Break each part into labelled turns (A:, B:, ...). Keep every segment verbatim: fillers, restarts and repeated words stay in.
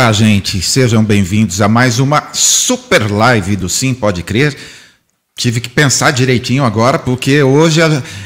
A: Olá, gente, sejam bem-vindos a mais uma super live do Sim Pode Crer. Tive que pensar direitinho agora, porque hoje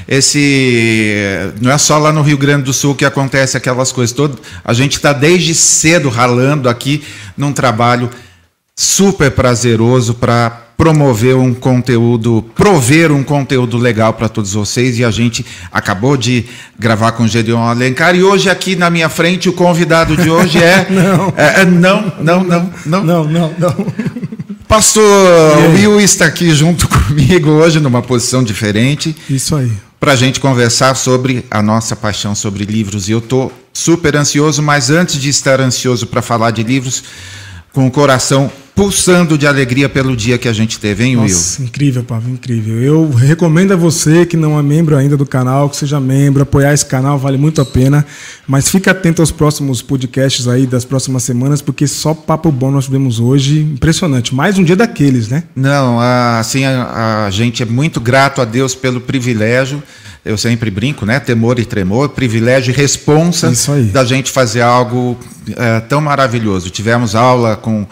A: esse não é só lá no Rio Grande do Sul que acontece aquelas coisas todas. A gente está desde cedo ralando aqui num trabalho super prazeroso para promover um conteúdo, prover um conteúdo legal para todos vocês. E a gente acabou de gravar com o Gedeon Alencar. E hoje aqui na minha frente o convidado de hoje é...
B: não.
A: É, é, não, não, não, não.
B: Não, não, não.
A: Pastor Will está aqui junto comigo hoje numa posição diferente.
B: Isso aí.
A: Para a gente conversar sobre a nossa paixão sobre livros. E eu estou super ansioso, mas antes de estar ansioso para falar de livros, com o coração pulsando de alegria pelo dia que a gente teve, hein, Will?
B: Nossa, incrível, Pablo, incrível. Eu recomendo a você que não é membro ainda do canal, que seja membro, apoiar esse canal, vale muito a pena. Mas fique atento aos próximos podcasts aí das próximas semanas, porque só papo bom nós tivemos hoje. Impressionante. Mais um dia daqueles, né?
A: Não, assim, a, a gente é muito grato a Deus pelo privilégio. Eu sempre brinco, né? Temor e tremor, privilégio e responsa da gente fazer algo é, tão maravilhoso. Tivemos aula com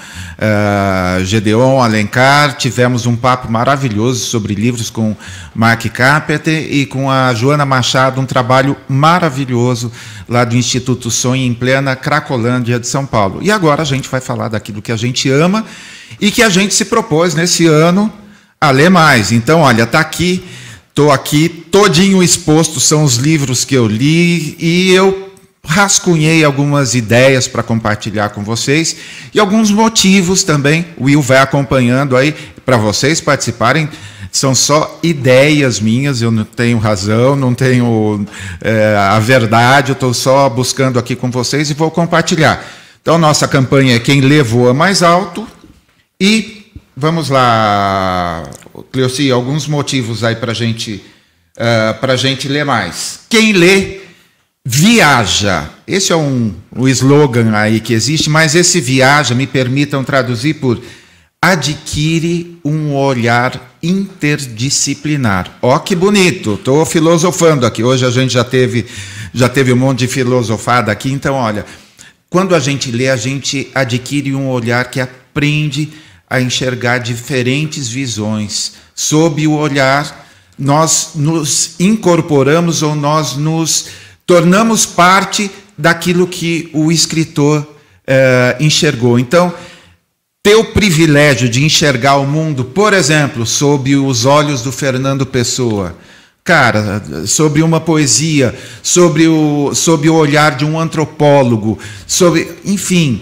A: é, Gedeon Alencar, tivemos um papo maravilhoso sobre livros com Mark Carpenter e com a Joana Machado, um trabalho maravilhoso lá do Instituto Sonho, em plena Cracolândia de São Paulo. E agora a gente vai falar daquilo que a gente ama e que a gente se propôs nesse ano a ler mais. Então, olha, está aqui... Estou aqui todinho exposto, são os livros que eu li e eu rascunhei algumas ideias para compartilhar com vocês e alguns motivos também. O Will vai acompanhando aí para vocês participarem. São só ideias minhas, eu não tenho razão, não tenho é, a verdade, eu estou só buscando aqui com vocês e vou compartilhar. Então, nossa campanha é Quem Lê Voa Mais Alto e... Vamos lá, Cleoci, alguns motivos aí para gente, uh, para gente ler mais. Quem lê, viaja. Esse é um, um slogan aí que existe, mas esse viaja, me permitam traduzir por adquire um olhar interdisciplinar. Ó, que bonito, estou filosofando aqui. Hoje a gente já teve, já teve um monte de filosofada aqui, então, olha, quando a gente lê, a gente adquire um olhar que aprende a enxergar diferentes visões. Sob o olhar, nós nos incorporamos ou nós nos tornamos parte daquilo que o escritor eh, enxergou. Então, ter o privilégio de enxergar o mundo, por exemplo, sob os olhos do Fernando Pessoa, cara, sobre uma poesia, sobre o, sobre o olhar de um antropólogo, sobre, enfim...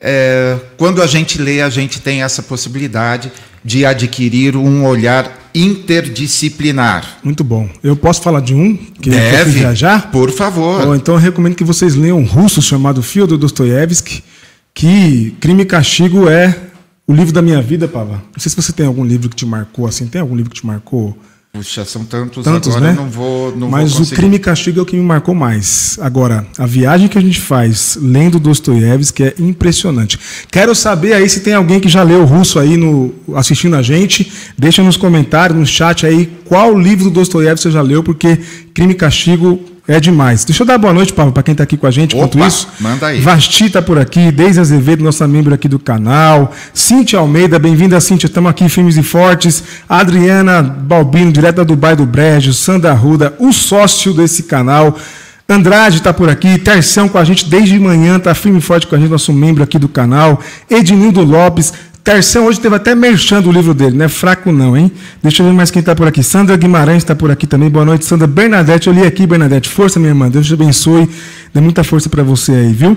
A: É, quando a gente lê, a gente tem essa possibilidade de adquirir um olhar interdisciplinar.
B: Muito bom. Eu posso falar de um que
A: Deve,
B: eu viajar?
A: Por favor.
B: Bom, então eu recomendo que vocês leiam um russo chamado Fyodor Dostoiévski, que Crime e Castigo é o livro da minha vida, Pava. Não sei se você tem algum livro que te marcou assim. Tem algum livro que te marcou?
A: Puxa, são tantos,
B: tantos
A: agora,
B: né?
A: eu não vou não
B: Mas
A: vou
B: o Crime e Castigo é o que me marcou mais. Agora, a viagem que a gente faz lendo Dostoiévski é impressionante. Quero saber aí se tem alguém que já leu o russo aí no, assistindo a gente. Deixa nos comentários, no chat aí, qual livro do Dostoiévski você já leu, porque Crime e Castigo é demais. Deixa eu dar boa noite, Paulo, para quem está aqui com a gente.
A: Opa,
B: enquanto isso,
A: manda aí.
B: Vasti está por aqui, Deise Azevedo, nossa membro aqui do canal. Cíntia Almeida, bem-vinda, Cíntia. Estamos aqui, firmes e fortes. Adriana Balbino, direto da Dubai do Brejo. Sandra Arruda, o sócio desse canal. Andrade está por aqui. Terção com a gente desde manhã, está firme e forte com a gente, nosso membro aqui do canal. Ednildo Lopes. Terção hoje teve até merchando o livro dele, não é fraco não, hein? Deixa eu ver mais quem está por aqui. Sandra Guimarães está por aqui também. Boa noite, Sandra. Bernadette, eu li aqui, Bernadette. Força, minha irmã. Deus te abençoe. Dê muita força para você aí, viu?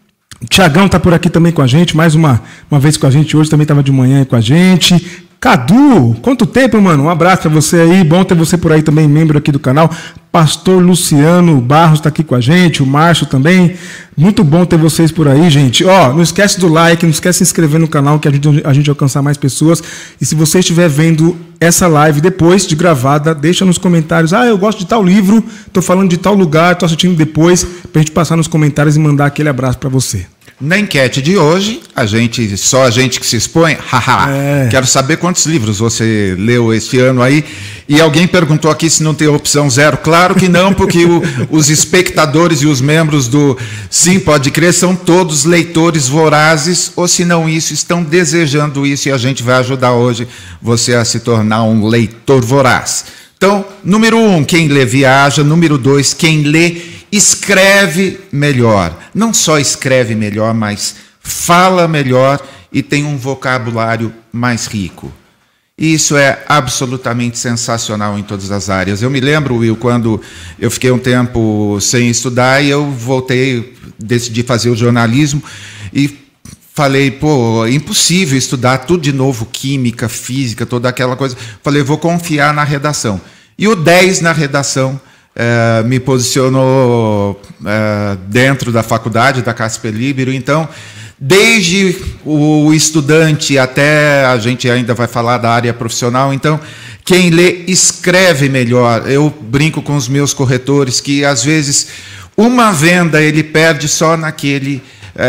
B: Tiagão está por aqui também com a gente. Mais uma, uma vez com a gente hoje. Também estava de manhã aí com a gente. Cadu, quanto tempo, mano? Um abraço para você aí. Bom ter você por aí também, membro aqui do canal. Pastor Luciano Barros está aqui com a gente. O Márcio também. Muito bom ter vocês por aí, gente. Ó, não esquece do like, não esquece de se inscrever no canal, que a gente, a gente alcançar mais pessoas. E se você estiver vendo essa live depois de gravada, deixa nos comentários. Ah, eu gosto de tal livro, estou falando de tal lugar, estou assistindo depois, para a gente passar nos comentários e mandar aquele abraço para você.
A: Na enquete de hoje, a gente, só a gente que se expõe, haha, é. Quero saber quantos livros você leu este ano aí. E alguém perguntou aqui se não tem opção zero. Claro que não, porque o, os espectadores e os membros do Sim Pode Crer são todos leitores vorazes, ou se não isso, estão desejando isso, e a gente vai ajudar hoje você a se tornar um leitor voraz. Então, número um, quem lê viaja. Número dois, quem lê escreve melhor. Não só escreve melhor, mas fala melhor e tem um vocabulário mais rico. E isso é absolutamente sensacional em todas as áreas. Eu me lembro, Will, quando eu fiquei um tempo sem estudar e eu voltei, decidi fazer o jornalismo e falei, pô, impossível estudar tudo de novo, química, física, toda aquela coisa. Falei, vou confiar na redação. E o dez na redação é, me posicionou é, dentro da faculdade, da Casper Libero. Então, desde o estudante até, a gente ainda vai falar da área profissional, então, quem lê escreve melhor. Eu brinco com os meus corretores que, às vezes, uma venda ele perde só naquele...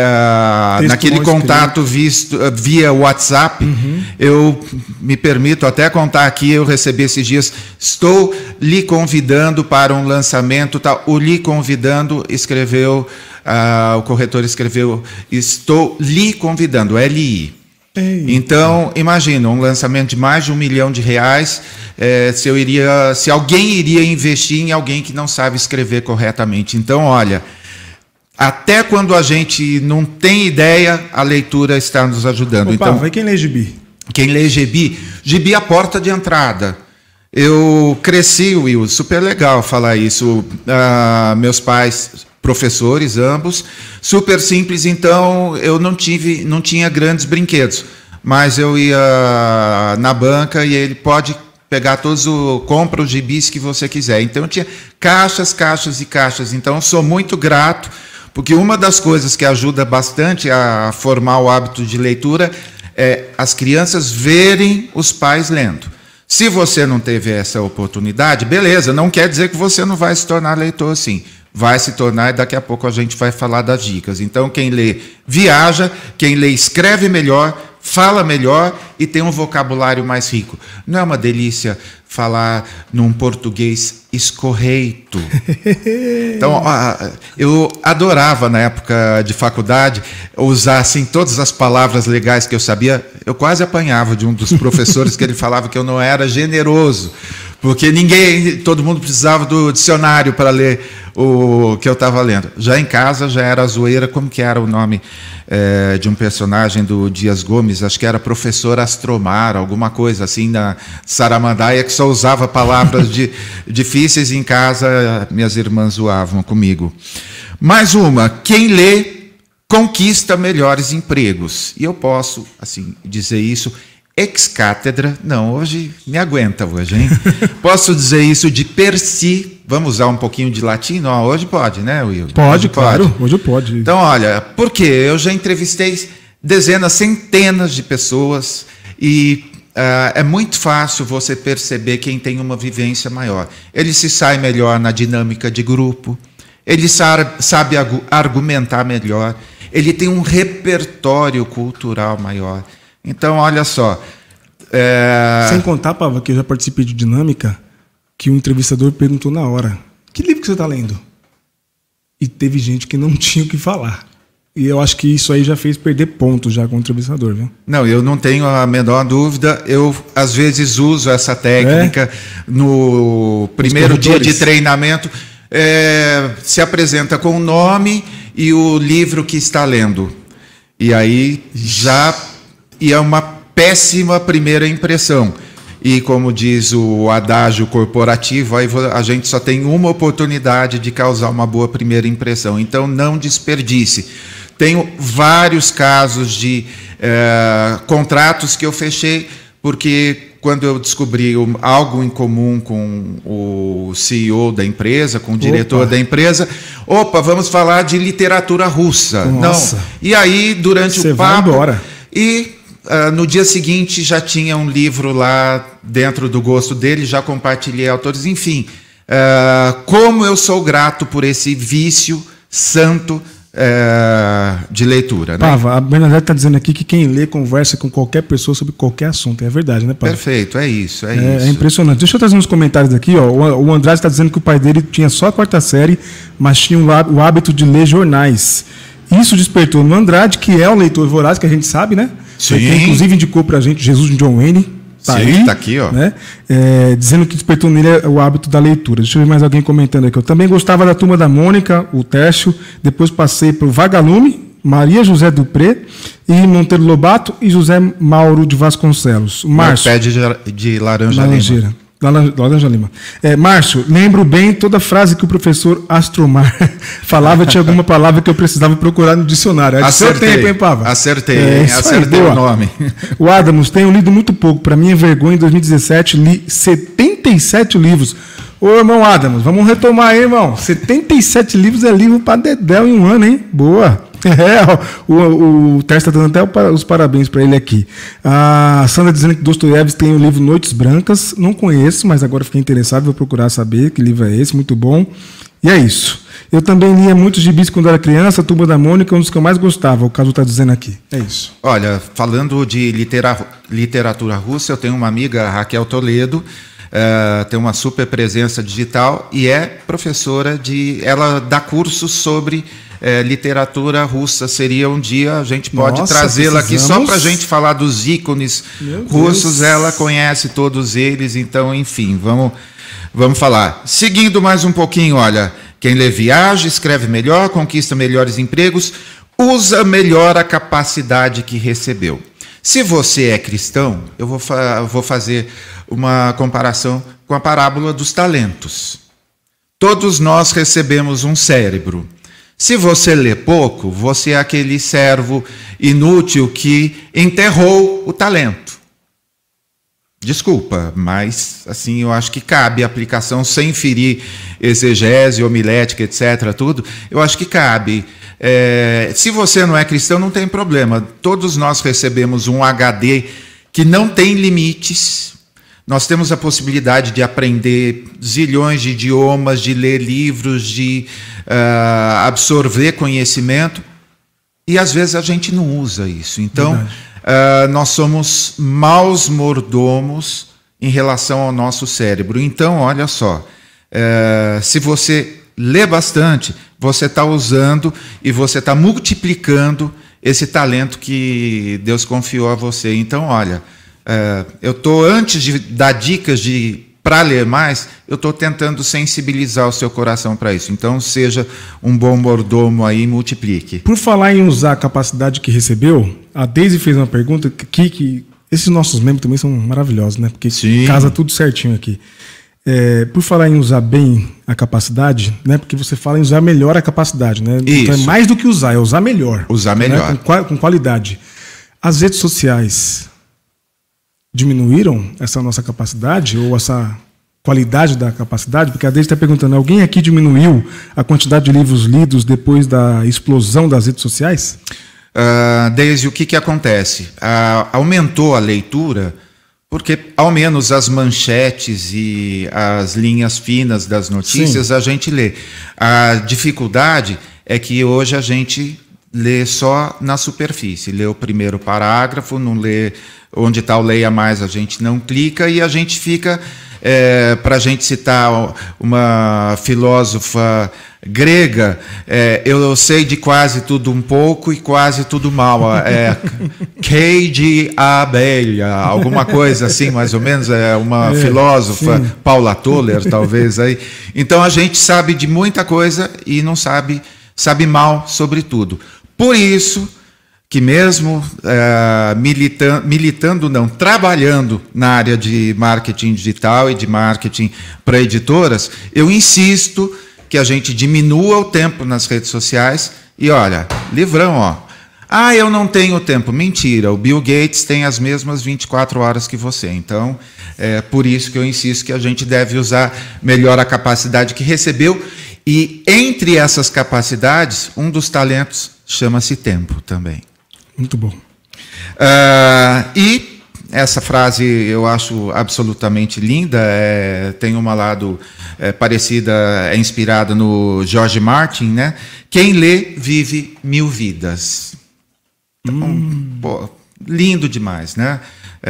A: Uh, naquele contato visto, via WhatsApp. Uhum. Eu me permito até contar aqui, eu recebi esses dias, estou lhe convidando para um lançamento, tal. O lhe convidando escreveu, uh, o corretor escreveu, estou lhe convidando, L I. Ei. Então, imagina, um lançamento de mais de um milhão de reais, é, se, eu iria, se alguém iria investir em alguém que não sabe escrever corretamente. Então, olha... Até quando a gente não tem ideia, a leitura está nos ajudando.
B: Opa,
A: então,
B: vai quem lê gibi?
A: Quem lê gibi? Gibi é a porta de entrada. Eu cresci, Will, super legal falar isso. Ah, meus pais, professores, ambos, super simples, então eu não tive, não tinha grandes brinquedos. Mas eu ia na banca e ele pode pegar todos o... compra os gibis que você quiser. Então eu tinha caixas, caixas e caixas. Então eu sou muito grato, porque uma das coisas que ajuda bastante a formar o hábito de leitura é as crianças verem os pais lendo. Se você não teve essa oportunidade, beleza, não quer dizer que você não vai se tornar leitor assim. Vai se tornar e daqui a pouco a gente vai falar das dicas. Então, quem lê viaja, quem lê escreve melhor, fala melhor e tem um vocabulário mais rico. Não é uma delícia falar num português escorreito? Então, eu adorava, na época de faculdade, usar assim, todas as palavras legais que eu sabia. Eu quase apanhava de um dos professores que ele falava que eu não era generoso, porque ninguém, todo mundo precisava do dicionário para ler o que eu estava lendo. Já em casa já era zoeira. Como que era o nome é, de um personagem do Dias Gomes? Acho que era Professor Astromar, alguma coisa assim, na Saramandaia, que só usava palavras de, difíceis. Em casa minhas irmãs zoavam comigo. Mais uma, quem lê conquista melhores empregos. E eu posso assim dizer isso ex-cátedra, não, hoje me aguenta hoje, hein? Posso dizer isso de per si, vamos usar um pouquinho de latim? Não, hoje pode, né, Will?
B: Pode, hoje claro, pode. Hoje pode.
A: Então, olha, por quê? Eu já entrevistei dezenas, centenas de pessoas e uh, é muito fácil você perceber quem tem uma vivência maior. Ele se sai melhor na dinâmica de grupo, ele sabe, sabe argumentar melhor, ele tem um repertório cultural maior. Então, olha só. É...
B: Sem contar, Pava, que eu já participei de dinâmica, que o entrevistador perguntou na hora: que livro que você está lendo? E teve gente que não tinha o que falar. E eu acho que isso aí já fez perder pontos já com o entrevistador, viu?
A: Não, eu não tenho a menor dúvida. Eu, às vezes, uso essa técnica é? no primeiro dia de treinamento. É, se apresenta com o nome e o livro que está lendo. E aí já... E é uma péssima primeira impressão. E como diz o adágio corporativo, aí a gente só tem uma oportunidade de causar uma boa primeira impressão. Então, não desperdice. Tenho vários casos de é, contratos que eu fechei, porque quando eu descobri algo em comum com o C E O da empresa, com o diretor opa. da empresa, opa, vamos falar de literatura russa.
B: Nossa.
A: Não. E aí, durante
B: Você
A: o papo...
B: vai embora.
A: E... Uh, no dia seguinte já tinha um livro lá dentro do gosto dele, já compartilhei autores, enfim. Uh, como eu sou grato por esse vício santo é, de leitura. Né?
B: Pava, a Bernadette está dizendo aqui que quem lê conversa com qualquer pessoa sobre qualquer assunto. É verdade, né, Pava?
A: Perfeito, é isso, é,
B: é
A: isso.
B: É impressionante. Deixa eu trazer uns comentários aqui. Ó. O Andrade está dizendo que o pai dele tinha só a quarta série, mas tinha o hábito de ler jornais. Isso despertou no Andrade, que é um leitor voraz, que a gente sabe, né?
A: Sim.
B: Que inclusive indicou para a gente Jesus de John Wayne. Tá
A: Sim,
B: aí,
A: tá aqui, ó.
B: Né? É, dizendo que despertou nele o hábito da leitura. Deixa eu ver mais alguém comentando aqui. Eu também gostava da Turma da Mônica, o Tércio. Depois passei para o Vagalume, Maria José Dupré e Monteiro Lobato e José Mauro de Vasconcelos. O Márcio.
A: Pé de, de laranja
B: Laranjeira.
A: lima.
B: Laranja Lima. É, Márcio, lembro bem toda frase que o professor Astromar falava, tinha alguma palavra que eu precisava procurar no dicionário.
A: Acertei,
B: tempo, hein, Pava?
A: Acertei,
B: é,
A: acertei
B: aí,
A: o nome.
B: O Adams, tenho lido muito pouco. Para minha vergonha, em dois mil e dezessete, li setenta e sete livros. Ô, irmão Adams, vamos retomar aí, irmão. setenta e sete livros é livro para dedéu em um ano, hein? Boa. É, o, o Tércio está dando até os parabéns para ele aqui. A Sandra dizendo que Dostoiévski tem o livro Noites Brancas. Não conheço, mas agora fiquei interessado, vou procurar saber que livro é esse, muito bom. E é isso. Eu também lia muitos gibis quando era criança, Turma da Mônica, um dos que eu mais gostava, o Caso está dizendo aqui. É isso.
A: Olha, falando de litera, literatura russa, eu tenho uma amiga, Raquel Toledo, uh, tem uma super presença digital e é professora de... Ela dá cursos sobre... É, literatura russa. Seria um dia, a gente pode trazê-la aqui só para a gente falar dos ícones Meu russos. Deus. Ela conhece todos eles, então, enfim, vamos, vamos falar. Seguindo mais um pouquinho, olha, quem lê viaja, escreve melhor, conquista melhores empregos, usa melhor a capacidade que recebeu. Se você é cristão, eu vou, fa- vou fazer uma comparação com a parábola dos talentos. Todos nós recebemos um cérebro. Se você lê pouco, você é aquele servo inútil que enterrou o talento. Desculpa, mas assim eu acho que cabe a aplicação sem ferir exegese, homilética, etcétera, tudo. Eu acho que cabe. É, se você não é cristão, não tem problema. Todos nós recebemos um H D que não tem limites. Nós temos a possibilidade de aprender zilhões de idiomas, de ler livros, de uh, absorver conhecimento, e às vezes a gente não usa isso. Então, uh, nós somos maus mordomos em relação ao nosso cérebro. Então, olha só, uh, se você lê bastante, você está usando e você está multiplicando esse talento que Deus confiou a você. Então, olha... Uh, eu estou, antes de dar dicas de para ler mais, eu estou tentando sensibilizar o seu coração para isso. Então, seja um bom mordomo aí e multiplique.
B: Por falar em usar a capacidade que recebeu, a Deise fez uma pergunta que, que esses nossos membros também são maravilhosos, né? Porque Sim. casa tudo certinho aqui. É, por falar em usar bem a capacidade, né? Porque você fala em usar melhor a capacidade, né? Então é mais do que usar, é usar melhor.
A: Usar melhor.
B: Né? Com, com qualidade. As redes sociais diminuíram essa nossa capacidade ou essa qualidade da capacidade? Porque a Deise está perguntando, alguém aqui diminuiu a quantidade de livros lidos depois da explosão das redes sociais?
A: Uh, Deise, o que, que acontece? Uh, aumentou a leitura porque, ao menos, as manchetes e as linhas finas das notícias Sim. a gente lê. A dificuldade é que hoje a gente lê só na superfície, lê o primeiro parágrafo, não lê onde está o leia mais, a gente não clica e a gente fica, é, para a gente citar uma filósofa grega, é, eu sei de quase tudo um pouco e quase tudo mal, é Kay de abelha, alguma coisa assim, mais ou menos, é uma é, filósofa, sim. Paula Toller, talvez, aí. Então a gente sabe de muita coisa e não sabe, sabe mal sobre tudo. Por isso que mesmo é, militando, militando, não, trabalhando na área de marketing digital e de marketing para editoras, eu insisto que a gente diminua o tempo nas redes sociais e, olha, livrão, ó. Ah, eu não tenho tempo. Mentira, o Bill Gates tem as mesmas vinte e quatro horas que você. Então, é por isso que eu insisto que a gente deve usar melhor a capacidade que recebeu. E entre essas capacidades, um dos talentos chama-se tempo também.
B: Muito bom.
A: Uh, e essa frase eu acho absolutamente linda, é, tem uma lado é, parecida, é inspirada no George Martin, né? Quem lê vive mil vidas. Então, hum. pô, lindo demais, né?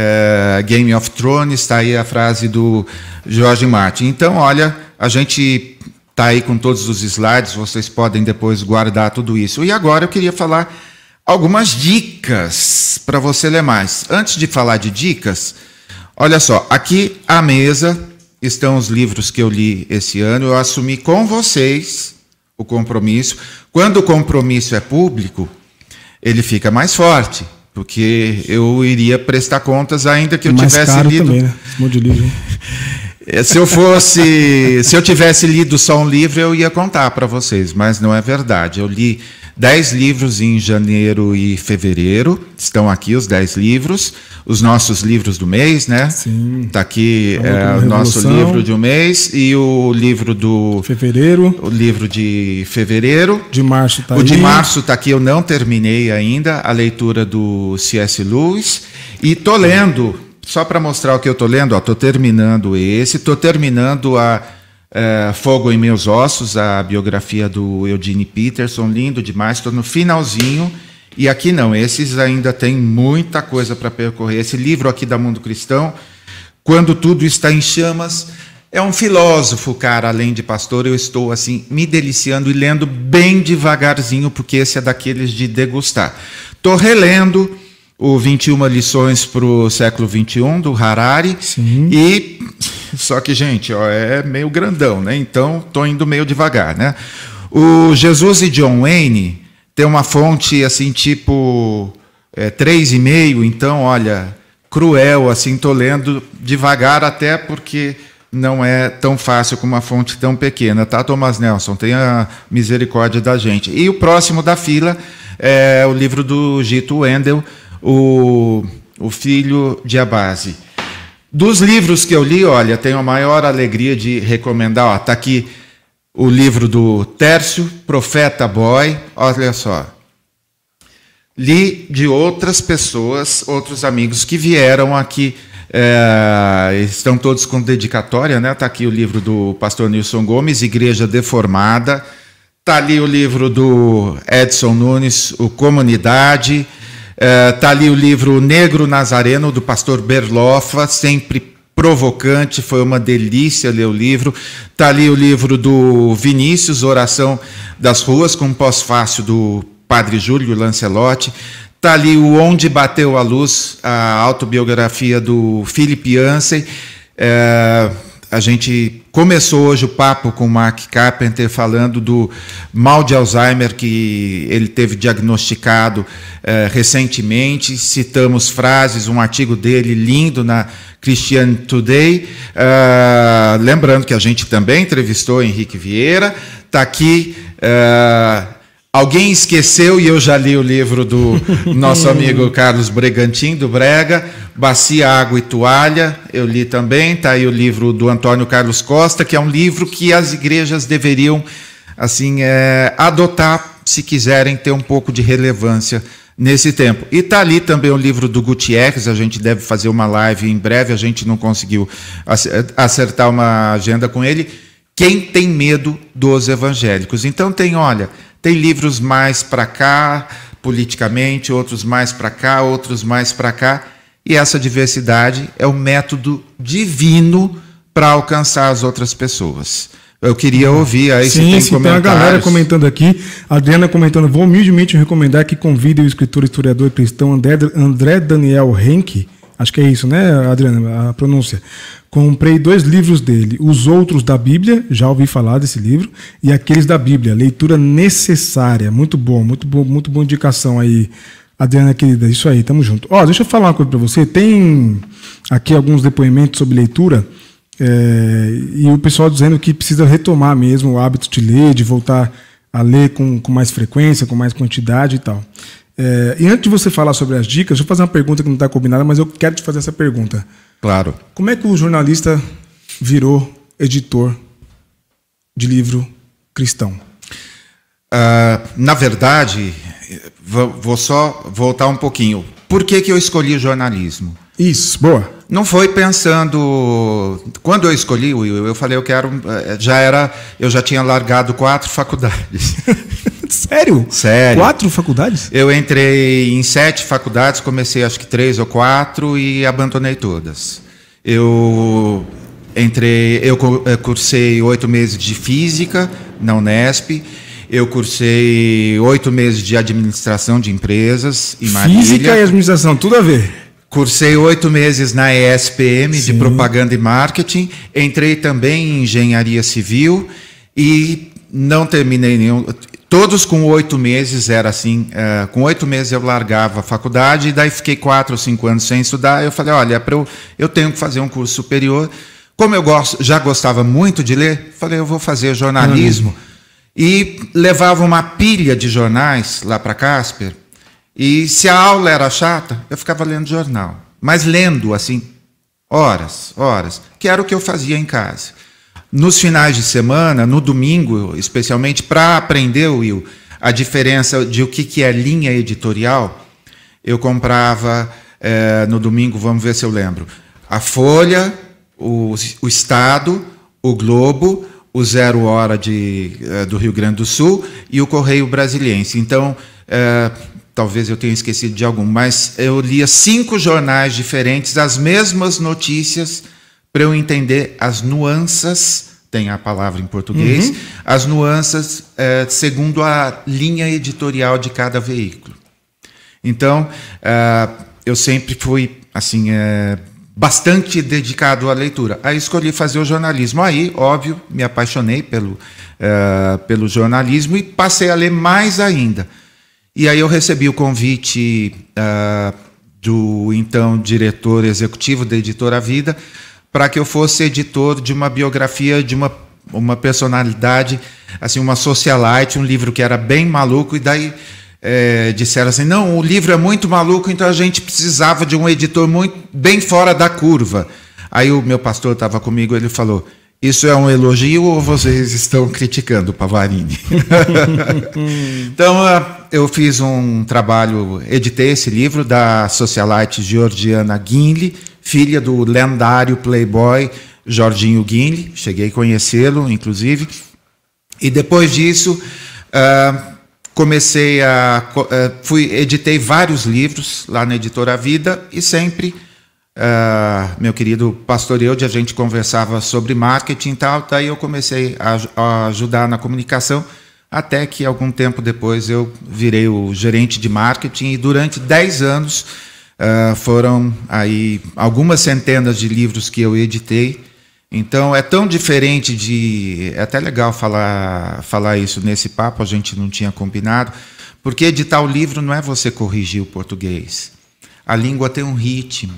A: É, Game of Thrones, está aí a frase do George Martin. Então, olha, a gente está aí com todos os slides, vocês podem depois guardar tudo isso. E agora eu queria falar algumas dicas para você ler mais. Antes de falar de dicas, olha só, aqui à mesa estão os livros que eu li esse ano. Eu assumi com vocês o compromisso. Quando o compromisso é público, ele fica mais forte, porque eu iria prestar contas ainda que eu mais tivesse caro lido. Também, né? Esse monte de livro. Se eu fosse, se eu tivesse lido só um livro, eu ia contar para vocês, mas não é verdade. Eu li dez livros em janeiro e fevereiro, estão aqui os dez livros, os nossos livros do mês, né? Sim. Está aqui é, o nosso livro de um mês e o livro do...
B: Fevereiro.
A: O livro de fevereiro.
B: De março está aí.
A: O de março está aqui, eu não terminei ainda, a leitura do C S Lewis. E estou lendo, só para mostrar o que eu estou lendo, estou terminando esse, estou terminando a... É, Fogo em Meus Ossos, a biografia do Eugene Peterson, lindo demais, estou no finalzinho, e aqui não, esses ainda tem muita coisa para percorrer. Esse livro aqui da Mundo Cristão, Quando Tudo Está em Chamas, é um filósofo, cara, além de pastor. Eu estou assim, me deliciando e lendo bem devagarzinho, porque esse é daqueles de degustar. Estou relendo o vinte e uma lições para o século vinte e um, do Harari. Sim. E só que, gente, ó, é meio grandão, né? Então, estou indo meio devagar, né? O Jesus e John Wayne tem uma fonte, assim, tipo é, três e meio, então, olha, cruel, assim, estou lendo devagar, até porque não é tão fácil com uma fonte tão pequena, tá, Thomas Nelson? Tenha misericórdia da gente. E o próximo da fila é o livro do Gito Wendel, o, o Filho de Abase. Dos livros que eu li, olha, tenho a maior alegria de recomendar. Está aqui o livro do Tércio, Profeta Boy. Olha só. Li de outras pessoas, outros amigos que vieram aqui. É, estão todos com dedicatória, né? Está aqui o livro do pastor Nilson Gomes, Igreja Deformada. Está ali o livro do Edson Nunes, o Comunidade. Está uh, ali o livro Negro Nazareno, do pastor Berloffa, sempre provocante, foi uma delícia ler o livro. Está ali o livro do Vinícius, Oração das Ruas, com um pós-fácil do padre Júlio Lancelotti. Está ali o Onde Bateu a Luz, a autobiografia do Philip Yancey. Uh, a gente começou hoje o papo com o Mark Carpenter falando do mal de Alzheimer que ele teve diagnosticado eh, recentemente. Citamos frases, um artigo dele lindo na Christian Today. Uh, lembrando que a gente também entrevistou Henrique Vieira. Está aqui... Uh, Alguém esqueceu, e eu já li o livro do nosso amigo Carlos Bregantin, do Brega, Bacia, Água e Toalha, eu li também. Está aí o livro do Antônio Carlos Costa, que é um livro que as igrejas deveriam assim, é, adotar, se quiserem ter um pouco de relevância nesse tempo. E está ali também o livro do Gutierrez, a gente deve fazer uma live em breve, a gente não conseguiu acertar uma agenda com ele. Quem tem medo dos evangélicos? Então tem, olha... Tem livros mais para cá, politicamente, outros mais para cá, outros mais para cá. E essa diversidade é o método divino para alcançar as outras pessoas. Eu queria ouvir aí
B: sim,
A: se tem
B: sim,
A: comentários.
B: Tem a galera comentando aqui, a Adriana comentando, vou humildemente recomendar que convide o escritor e historiador cristão André, André Daniel Henke, acho que é isso, né, Adriana, a pronúncia. Comprei dois livros dele, Os Outros da Bíblia, já ouvi falar desse livro, e Aqueles da Bíblia, leitura necessária. Muito bom, muito bom, muito boa indicação aí, Adriana querida. Isso aí, tamo junto. Ó, deixa eu falar uma coisa para você. Tem aqui alguns depoimentos sobre leitura, é, e o pessoal dizendo que precisa retomar mesmo o hábito de ler, de voltar a ler com, com mais frequência, com mais quantidade e tal. É, e antes de você falar sobre as dicas, deixa eu fazer uma pergunta que não está combinada, mas eu quero te fazer essa pergunta.
A: Claro.
B: Como é que o jornalista virou editor de livro cristão?
A: Uh, na verdade, vou só voltar um pouquinho. Por que que eu escolhi o jornalismo?
B: Isso, boa.
A: Não foi pensando... Quando eu escolhi o Will, eu falei, eu quero... Já era... Eu já tinha largado quatro faculdades.
B: Sério?
A: Sério.
B: Quatro faculdades?
A: Eu entrei em sete faculdades, comecei acho que três ou quatro e abandonei todas. Eu entrei... Eu cursei oito meses de Física na Unesp. Eu cursei oito meses de Administração de Empresas em Marília.
B: Física e Administração, tudo a ver.
A: Cursei oito meses na E S P M, Sim. de Propaganda e Marketing. Entrei também em Engenharia Civil e não terminei nenhum. Todos com oito meses, era assim. Uh, com oito meses eu largava a faculdade e daí fiquei quatro ou cinco anos sem estudar. Eu falei, olha, pra eu, eu tenho que fazer um curso superior. Como eu gosto, já gostava muito de ler, falei, eu vou fazer jornalismo. Hum. E levava uma pilha de jornais lá para Casper. E se a aula era chata, eu ficava lendo jornal. Mas lendo, assim, horas, horas, que era o que eu fazia em casa. Nos finais de semana, no domingo, especialmente, para aprender, Will, a diferença de o que, que é linha editorial, eu comprava, é, no domingo, vamos ver se eu lembro, a Folha, o, o Estado, o Globo, o Zero Hora de, é, do Rio Grande do Sul e o Correio Brasiliense. Então... É, talvez eu tenha esquecido de algum, mas eu lia cinco jornais diferentes, as mesmas notícias, para eu entender as nuances, tem a palavra em português, uhum. as nuances é, segundo a linha editorial de cada veículo. Então, é, eu sempre fui assim, é, bastante dedicado à leitura. Aí escolhi fazer o jornalismo. Aí, óbvio, me apaixonei pelo, é, pelo jornalismo e passei a ler mais ainda. E aí eu recebi o convite uh, do então diretor executivo da Editora Vida para que eu fosse editor de uma biografia de uma, uma personalidade, assim, uma socialite, um livro que era bem maluco, e daí é, disseram assim, não, o livro é muito maluco, então a gente precisava de um editor muito, bem fora da curva. Aí o meu pastor estava comigo, ele falou, isso é um elogio ou vocês estão criticando o Pavarini? Então, eu fiz um trabalho, editei esse livro da socialite Georgiana Guinle, filha do lendário playboy Jorginho Guinle, cheguei a conhecê-lo, inclusive. E depois disso, uh, comecei a... Uh, fui, editei vários livros lá na Editora Vida e sempre... Uh, meu querido pastor Eude, a gente conversava sobre marketing e tal, daí eu comecei a, a ajudar na comunicação, até que algum tempo depois eu virei o gerente de marketing, e durante dez anos uh, foram aí algumas centenas de livros que eu editei. Então é tão diferente de... É até legal falar, falar isso nesse papo, a gente não tinha combinado, porque editar o livro não é você corrigir o português. A língua tem um ritmo.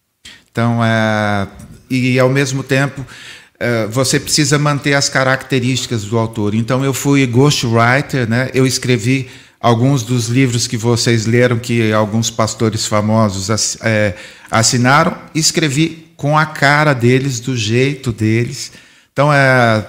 A: Então, é, e ao mesmo tempo, é, você precisa manter as características do autor. Então, eu fui ghostwriter, né? Eu escrevi alguns dos livros que vocês leram, que alguns pastores famosos é, assinaram, e escrevi com a cara deles, do jeito deles. Então, é,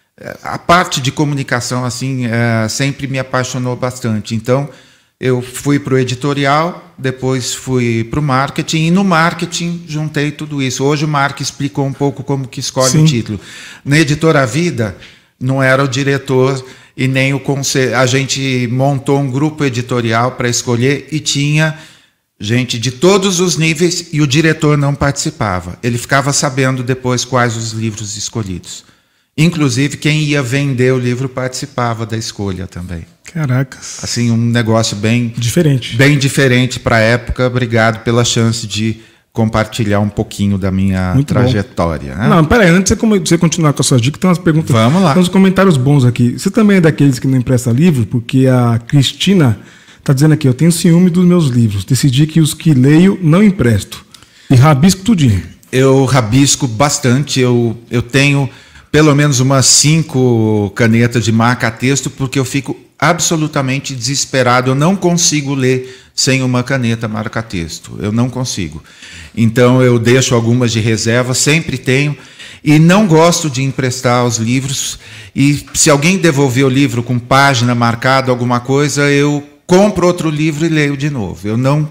A: a parte de comunicação assim é, sempre me apaixonou bastante. Então, eu fui para o editorial, depois fui para o marketing, e no marketing juntei tudo isso. Hoje o Mark explicou um pouco como que escolhe Sim. o título. Na Editora Vida, não era o diretor e nem o conselho. A gente montou um grupo editorial para escolher e tinha gente de todos os níveis, e o diretor não participava. Ele ficava sabendo depois quais os livros escolhidos. Inclusive, quem ia vender o livro participava da escolha também.
B: Caracas.
A: Assim, um negócio bem
B: diferente,
A: bem diferente para a época. Obrigado pela chance de compartilhar um pouquinho da minha Muito trajetória. Né?
B: Não, peraí, antes de você continuar com a sua dica, tem umas perguntas.
A: Vamos lá.
B: Tem uns comentários bons aqui. Você também é daqueles que não empresta livro? Porque a Cristina está dizendo aqui, eu tenho ciúme dos meus livros. Decidi que os que leio não empresto. E rabisco tudinho.
A: Eu rabisco bastante. Eu, eu tenho pelo menos umas cinco canetas de marca-texto, porque eu fico absolutamente desesperado. Eu não consigo ler sem uma caneta marca-texto. Eu não consigo. Então, eu deixo algumas de reserva, sempre tenho. E não gosto de emprestar os livros. E se alguém devolver o livro com página marcada, alguma coisa, eu compro outro livro e leio de novo. Eu não,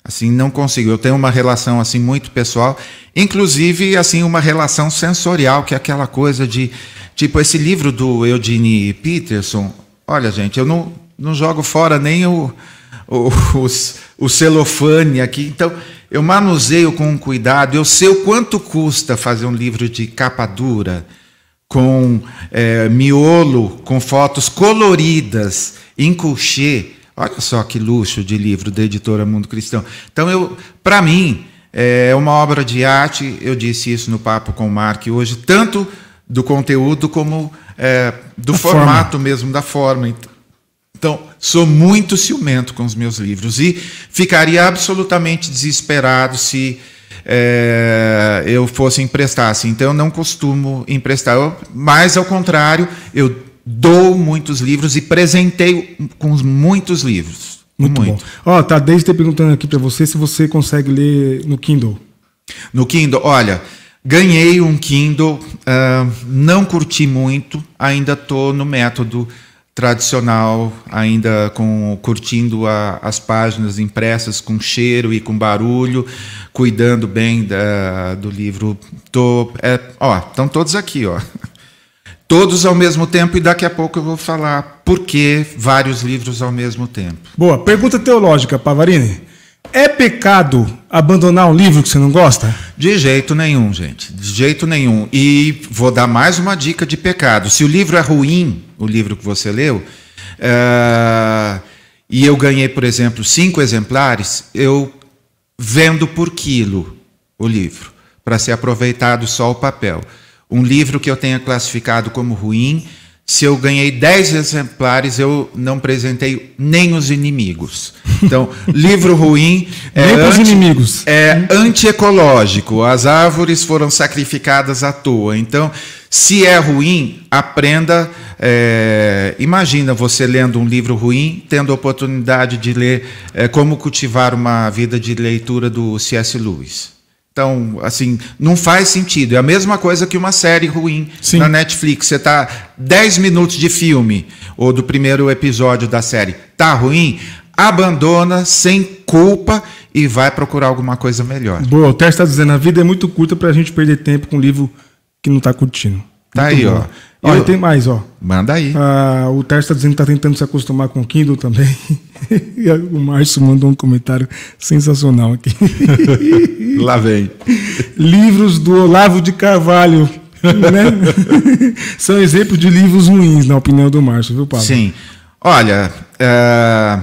A: Assim, não consigo. Eu tenho uma relação assim muito pessoal, inclusive assim uma relação sensorial, que é aquela coisa de tipo esse livro do Eugene Peterson. Olha, gente, eu não, não jogo fora nem o, o, o, o celofane aqui. Então, eu manuseio com cuidado. Eu sei o quanto custa fazer um livro de capa dura, com é, miolo, com fotos coloridas, em couchê. Olha só que luxo de livro da editora Mundo Cristão. Então, eu, para mim, é uma obra de arte. Eu disse isso no Papo com o Mark hoje, tanto do conteúdo como é, do a formato forma. mesmo, da forma. Então, sou muito ciumento com os meus livros e ficaria absolutamente desesperado se é, eu fosse emprestar. Assim. Então, eu não costumo emprestar. Eu, mas, ao contrário, eu dou muitos livros e presenteio com muitos livros.
B: Muito, muito. bom. Ó, tá desde perguntando aqui para você se você consegue ler no Kindle.
A: No Kindle, olha, ganhei um Kindle, uh, não curti muito, ainda estou no método tradicional, ainda com, curtindo a, as páginas impressas com cheiro e com barulho, cuidando bem da, do livro. Tô, é, ó, estão todos aqui, ó. Todos ao mesmo tempo, e daqui a pouco eu vou falar por que vários livros ao mesmo tempo.
B: Boa. Pergunta teológica, Pavarini. É pecado abandonar um livro que você não gosta?
A: De jeito nenhum, gente. De jeito nenhum. E vou dar mais uma dica de pecado. Se o livro é ruim, o livro que você leu, uh, e eu ganhei, por exemplo, cinco exemplares, eu vendo por quilo o livro, para ser aproveitado só o papel. Um livro que eu tenha classificado como ruim, se eu ganhei dez exemplares, eu não presentei nem os inimigos. Então, livro ruim é,
B: nem anti, inimigos.
A: é antiecológico. As árvores foram sacrificadas à toa. Então, se é ruim, aprenda. É, imagina você lendo um livro ruim, tendo a oportunidade de ler é, Como Cultivar uma Vida de Leitura do C S Lewis. Então, assim, não faz sentido. É a mesma coisa que uma série ruim Sim. na Netflix. Você está dez minutos de filme, ou do primeiro episódio da série. Está ruim? Abandona sem culpa e vai procurar alguma coisa melhor.
B: Boa, o Tércio está dizendo, a vida é muito curta para a gente perder tempo com um livro que não está curtindo.
A: Tá aí, bom. ó.
B: Olha, tem mais, ó.
A: Manda aí.
B: Ah, o Tércio está dizendo que está tentando se acostumar com o Kindle também. E o Márcio mandou um comentário sensacional aqui.
A: Lá vem.
B: Livros do Olavo de Carvalho, né? São exemplos de livros ruins, na opinião do Márcio, viu, Paulo?
A: Sim. Olha, uh,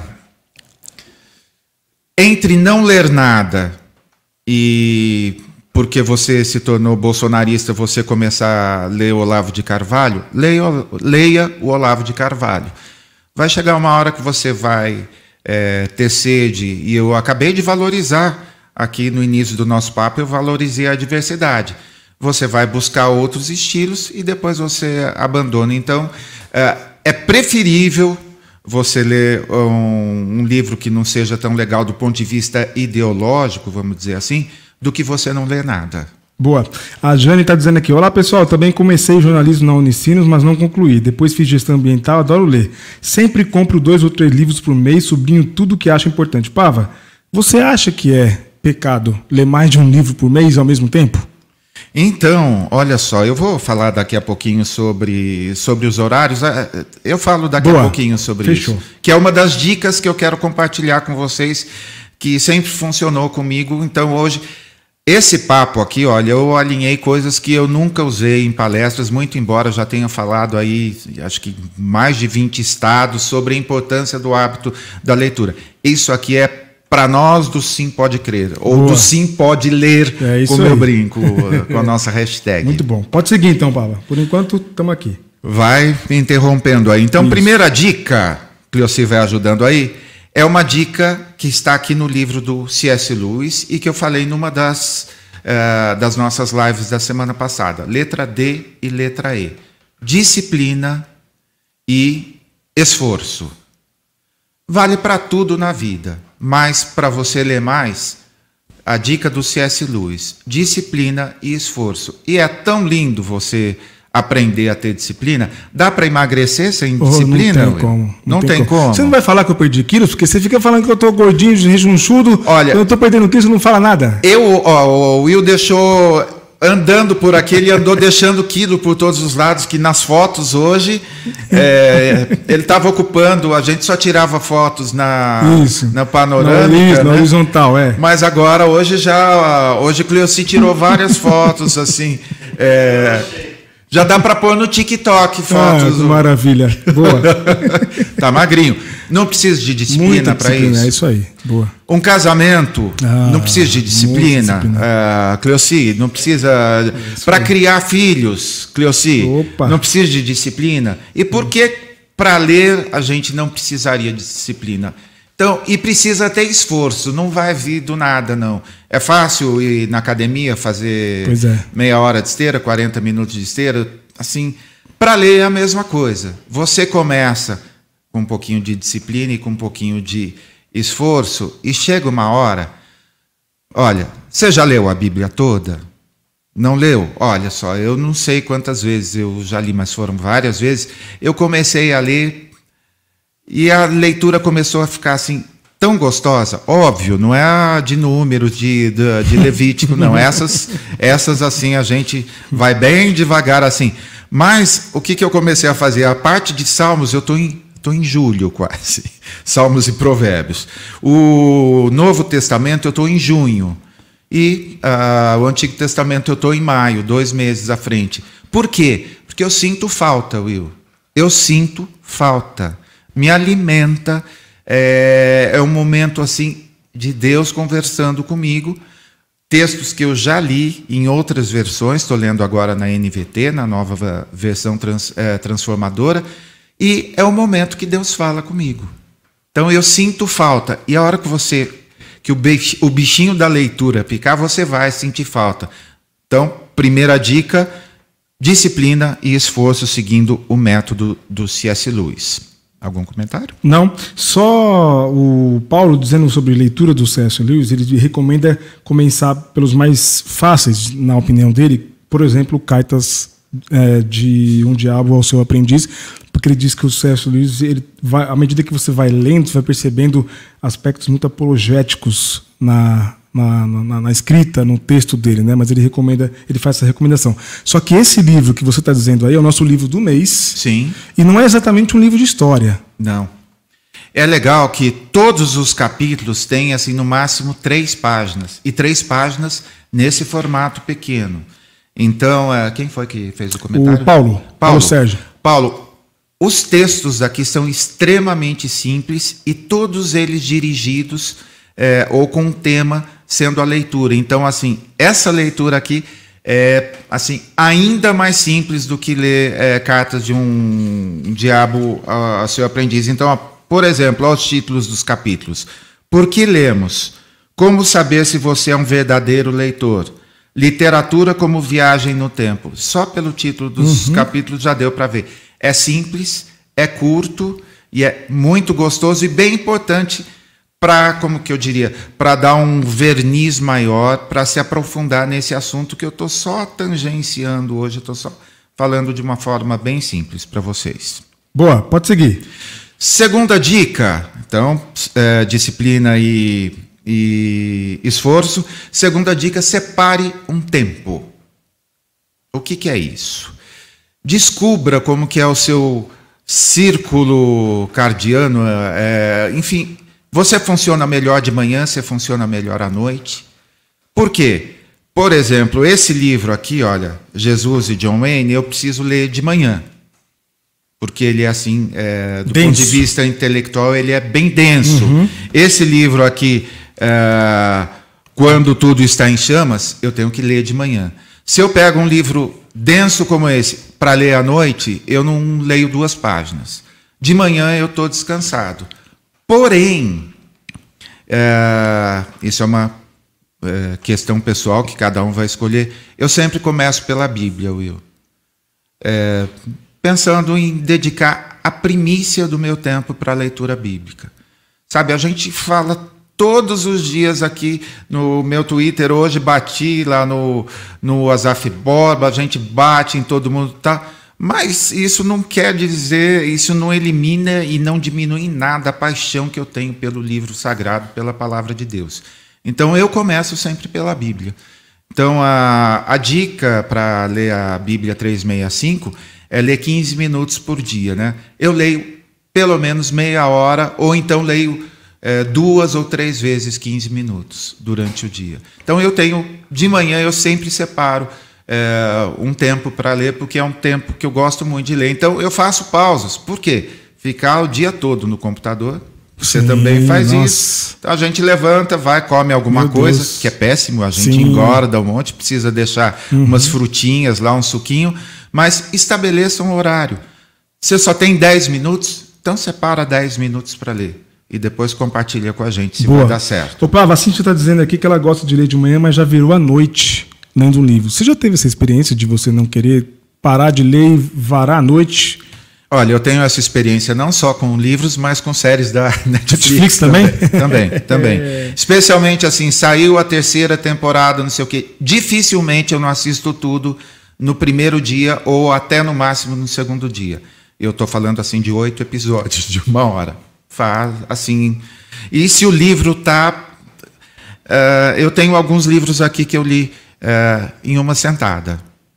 A: entre não ler nada e porque você se tornou bolsonarista, você começar a ler o Olavo de Carvalho, leia, leia o Olavo de Carvalho. Vai chegar uma hora que você vai é, ter sede, e eu acabei de valorizar aqui no início do nosso papo, eu valorizei a diversidade. Você vai buscar outros estilos e depois você abandona. Então, é, é preferível você ler um, um livro que não seja tão legal do ponto de vista ideológico, vamos dizer assim, do que você não ler nada.
B: Boa. A Jane está dizendo aqui, olá pessoal, também comecei jornalismo na Unicinos, mas não concluí. Depois fiz gestão ambiental, adoro ler. Sempre compro dois ou três livros por mês, sublinho tudo que acho importante. Pava, você acha que é pecado ler mais de um livro por mês ao mesmo tempo?
A: Então, olha só, eu vou falar daqui a pouquinho sobre, sobre os horários. Eu falo daqui Boa. a pouquinho sobre Fechou. isso. Que é uma das dicas que eu quero compartilhar com vocês, que sempre funcionou comigo. Então, hoje, esse papo aqui, olha, eu alinhei coisas que eu nunca usei em palestras, muito embora eu já tenha falado aí, acho que mais de vinte estados, sobre a importância do hábito da leitura. Isso aqui é para nós do Sim Pode Crer, ou Boa. do Sim Pode Ler, é como aí. eu brinco, com a nossa hashtag.
B: Muito bom. Pode seguir então, Paula. Por enquanto, estamos aqui.
A: Vai me interrompendo aí. Então, Isso. primeira dica, que você vai ajudando aí, é uma dica que está aqui no livro do C S Lewis e que eu falei numa das, uh, das nossas lives da semana passada. Letra D e letra E. Disciplina e esforço. Vale para tudo na vida, mas para você ler mais, a dica do C S Lewis, disciplina e esforço. E é tão lindo você aprender a ter disciplina. Dá para emagrecer sem disciplina?
B: Oh, não tem como. Não,
A: não tem, tem como. como.
B: Você não vai falar que eu perdi quilos? Porque você fica falando que eu estou gordinho, rechonchudo.
A: Olha,
B: eu estou perdendo quilos, você não fala nada.
A: Eu, ó, o Will deixou... Andando por aqui, ele andou deixando quilo por todos os lados, que nas fotos hoje, é, ele estava ocupando, a gente só tirava fotos na, na panorâmica.
B: Na,
A: né?
B: na horizontal, é.
A: Mas agora, hoje já, hoje Cleoci tirou várias fotos, assim, é, já dá para pôr no TikTok fotos.
B: Ah, que maravilha, boa.
A: Tá magrinho. Não precisa de disciplina para isso.
B: É isso aí, boa.
A: Um casamento ah, não precisa de disciplina. disciplina. Uh, Cleoci, não precisa. Para criar filhos, Cleoci, Opa. não precisa de disciplina. E por que para ler a gente não precisaria de disciplina? Então, e precisa ter esforço, não vai vir do nada, não. É fácil ir na academia fazer é. meia hora de esteira, quarenta minutos de esteira, assim. Para ler é a mesma coisa. Você começa com um pouquinho de disciplina e com um pouquinho de esforço, e chega uma hora, olha, você já leu a Bíblia toda? Não leu? Olha só, eu não sei quantas vezes eu já li, mas foram várias vezes, eu comecei a ler, e a leitura começou a ficar assim, tão gostosa, óbvio, não é a de números, de, de, de Levítico, não, essas, essas assim, a gente vai bem devagar assim, mas o que, que eu comecei a fazer? A parte de Salmos, eu estou em Estou em julho quase, Salmos e Provérbios. O Novo Testamento eu estou em junho. E uh, o Antigo Testamento eu estou em maio, dois meses à frente. Por quê? Porque eu sinto falta, Will. Eu sinto falta. Me alimenta. É, é um momento assim de Deus conversando comigo. Textos que eu já li em outras versões, estou lendo agora na N V T, na nova versão trans, é, transformadora. E é o momento que Deus fala comigo. Então eu sinto falta. E a hora que você, que o bichinho da leitura picar, você vai sentir falta. Então, primeira dica, disciplina e esforço seguindo o método do C S Lewis. Algum comentário?
B: Não. Só o Paulo, dizendo sobre leitura do C S Lewis, ele recomenda começar pelos mais fáceis, na opinião dele. Por exemplo, Cartas é, de Um Diabo ao Seu Aprendiz, porque ele diz que o C S Lewis, ele vai, à medida que você vai lendo, você vai percebendo aspectos muito apologéticos na, na, na, na escrita, no texto dele, né? Mas ele recomenda, ele faz essa recomendação. Só que esse livro que você está dizendo aí é o nosso livro do mês.
A: Sim.
B: E não é exatamente um livro de história.
A: Não. É legal que todos os capítulos têm, assim, no máximo três páginas. E três páginas nesse formato pequeno. Então, quem foi que fez o comentário?
B: O Paulo. Paulo, Paulo Sérgio.
A: Paulo, os textos aqui são extremamente simples e todos eles dirigidos é, ou com um tema sendo a leitura. Então, assim, essa leitura aqui é assim, ainda mais simples do que ler é, Cartas de um Diabo a, a Seu Aprendiz. Então, ó, por exemplo, olha os títulos dos capítulos. Por que lemos? Como saber se você é um verdadeiro leitor? Literatura como viagem no tempo. Só pelo título dos uhum. capítulos já deu para ver. É simples, é curto e é muito gostoso e bem importante para, como que eu diria, para dar um verniz maior, para se aprofundar nesse assunto que eu estou só tangenciando hoje, eu estou só falando de uma forma bem simples para vocês.
B: Boa, pode seguir.
A: Segunda dica, então, é, disciplina e, e esforço. Segunda dica, separe um tempo. O que, que é isso? Descubra como que é o seu círculo cardiano, é, enfim, você funciona melhor de manhã, você funciona melhor à noite. Por quê? Por exemplo, esse livro aqui, olha, Jesus e John Wayne, eu preciso ler de manhã. Porque ele é assim, é, do denso. Ponto de vista intelectual, ele é bem denso. Uhum. Esse livro aqui, é, Quando Tudo Está em Chamas, eu tenho que ler de manhã. Se eu pego um livro denso como esse para ler à noite, eu não leio duas páginas. De manhã eu estou descansado. Porém, é, isso é uma é, questão pessoal que cada um vai escolher. Eu sempre começo pela Bíblia, Will. É, pensando em dedicar a primícia do meu tempo para a leitura bíblica. Sabe, a gente fala todos os dias aqui no meu Twitter. Hoje bati lá no, no Asaf Borba, a gente bate em todo mundo, tá? Mas isso não quer dizer, isso não elimina e não diminui em nada a paixão que eu tenho pelo livro sagrado, pela palavra de Deus. Então eu começo sempre pela Bíblia. Então a, a dica para ler a Bíblia trezentos e sessenta e cinco é ler quinze minutos por dia, né? Eu leio pelo menos meia hora, ou então leio é, duas ou três vezes quinze minutos durante o dia. Então eu tenho, de manhã eu sempre separo é, um tempo para ler, porque é um tempo que eu gosto muito de ler. Então eu faço pausas. Por quê? Ficar o dia todo no computador. Você Sim, também faz nossa. isso. Então a gente levanta, vai, come alguma Meu coisa, Deus. que é péssimo, a gente Sim. engorda um monte, precisa deixar uhum. umas frutinhas lá, um suquinho, mas estabeleça um horário. Você só tem dez minutos, então separa dez minutos para ler. E depois compartilha com a gente se Boa. vai dar certo.
B: Ô, Pava, a Cíntia está dizendo aqui que ela gosta de ler de manhã, mas já virou à noite lendo um livro. Você já teve essa experiência de você não querer parar de ler e varar à noite?
A: Olha, eu tenho essa experiência não só com livros, mas com séries da Netflix,
B: Netflix também.
A: Também, também. também. É. Especialmente assim, saiu a terceira temporada, não sei o quê. Dificilmente eu não assisto tudo no primeiro dia ou até no máximo no segundo dia. Eu estou falando assim de oito episódios de uma hora. Faz assim. E se o livro está... Uh, eu tenho alguns livros aqui que eu li uh, em uma sentada.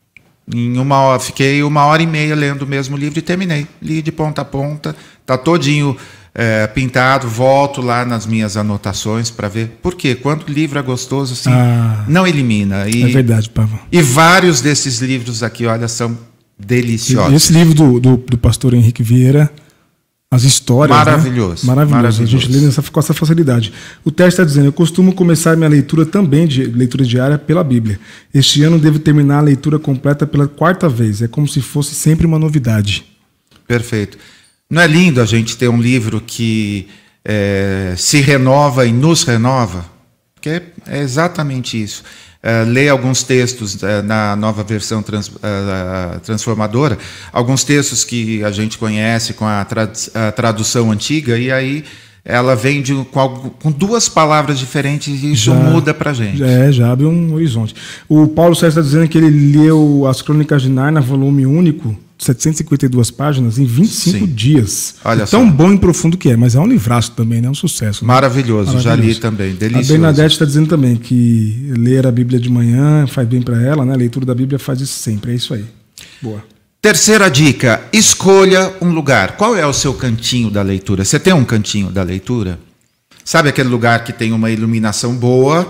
A: Em uma hora, fiquei uma hora e meia lendo o mesmo livro e terminei. Li de ponta a ponta, está todinho é, pintado, volto lá nas minhas anotações para ver. Por quê? Quando o livro é gostoso, assim, ah, não elimina. E,
B: é verdade, Pava.
A: E vários desses livros aqui, olha, são deliciosos.
B: Esse livro do, do, do pastor Henrique Vieira, as histórias,
A: Maravilhoso.
B: Né? Maravilhoso. Maravilhoso. A gente lê nessa, com essa facilidade. O Tércio está dizendo, eu costumo começar minha leitura também, de leitura diária, pela Bíblia. Este ano devo terminar a leitura completa pela quarta vez. É como se fosse sempre uma novidade.
A: Perfeito. Não é lindo a gente ter um livro que é, se renova e nos renova? Porque é, é exatamente isso. Uh, ler alguns textos uh, na nova versão trans, uh, transformadora, alguns textos que a gente conhece com a, tra a tradução antiga, e aí ela vem de, com, algo, com duas palavras diferentes e isso já, muda para a gente.
B: É, já abre um horizonte. O Paulo Sérgio está dizendo que ele leu as Crônicas de Nárnia, volume único, setecentas e cinquenta e duas páginas, em vinte e cinco Sim. dias. Olha Tão só. bom e profundo que é, mas é um livraço também, né? É um sucesso. Né?
A: Maravilhoso, Maravilhoso, já li também, delicioso.
B: A Bernadette está dizendo também que ler a Bíblia de manhã faz bem para ela, né? A leitura da Bíblia faz isso sempre, é isso aí. Boa.
A: Terceira dica, escolha um lugar. Qual é o seu cantinho da leitura? Você tem um cantinho da leitura? Sabe aquele lugar que tem uma iluminação boa?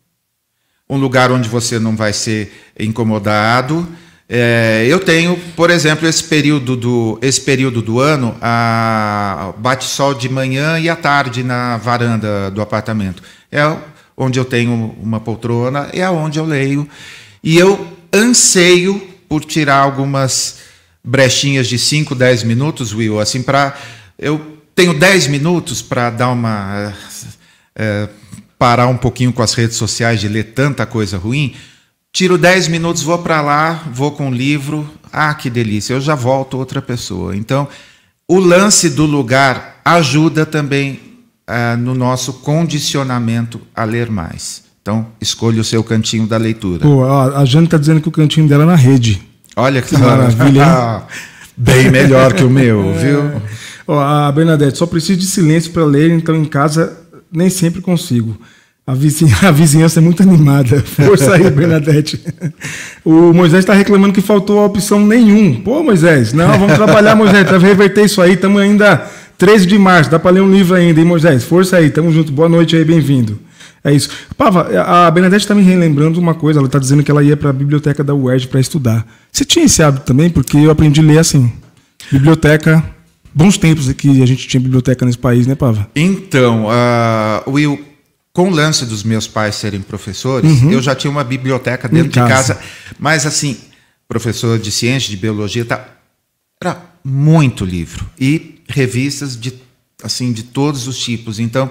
A: Um lugar onde você não vai ser incomodado? É, eu tenho, por exemplo, esse período do, esse período do ano, a bate sol de manhã e à tarde na varanda do apartamento. É onde eu tenho uma poltrona, é onde eu leio. E eu anseio por tirar algumas brechinhas de cinco, dez minutos, Will, assim, para... Eu tenho dez minutos para dar uma... É, parar um pouquinho com as redes sociais de ler tanta coisa ruim. Tiro dez minutos, vou para lá, vou com o livro. Ah, que delícia, eu já volto outra pessoa. Então, o lance do lugar ajuda também ah, no nosso condicionamento a ler mais. Então, escolha o seu cantinho da leitura.
B: Pô, a Jane está dizendo que o cantinho dela é na rede.
A: Olha que maravilha. Bem melhor que o meu, é. viu?
B: Ó, a Bernadette, só preciso de silêncio para ler, então em casa nem sempre consigo. A vizinhança, a vizinhança é muito animada. Força aí, Bernadette. O Moisés está reclamando que faltou a opção nenhum. Pô, Moisés, não, vamos trabalhar, Moisés, para reverter isso aí. Estamos ainda treze de março, dá para ler um livro ainda, hein, Moisés? Força aí, tamo junto. Boa noite aí, bem-vindo. É isso. Pava, a Bernadette está me relembrando uma coisa. Ela está dizendo que ela ia para a biblioteca da U E R J para estudar. Você tinha esse hábito também? Porque eu aprendi a ler assim. Biblioteca... Bons tempos que a gente tinha biblioteca nesse país, né, Pava?
A: Então, uh, Will... Com o lance dos meus pais serem professores, uhum. eu já tinha uma biblioteca dentro de casa. Mas, assim, professor de ciência, de biologia, tá, era muito livro. E revistas de, assim, de todos os tipos. Então,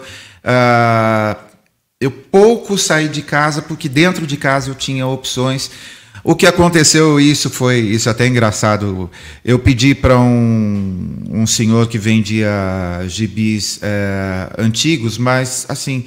A: uh, eu pouco saí de casa, porque dentro de casa eu tinha opções. O que aconteceu, isso foi isso é até engraçado. Eu pedi para um, um senhor que vendia gibis é, antigos, mas, assim...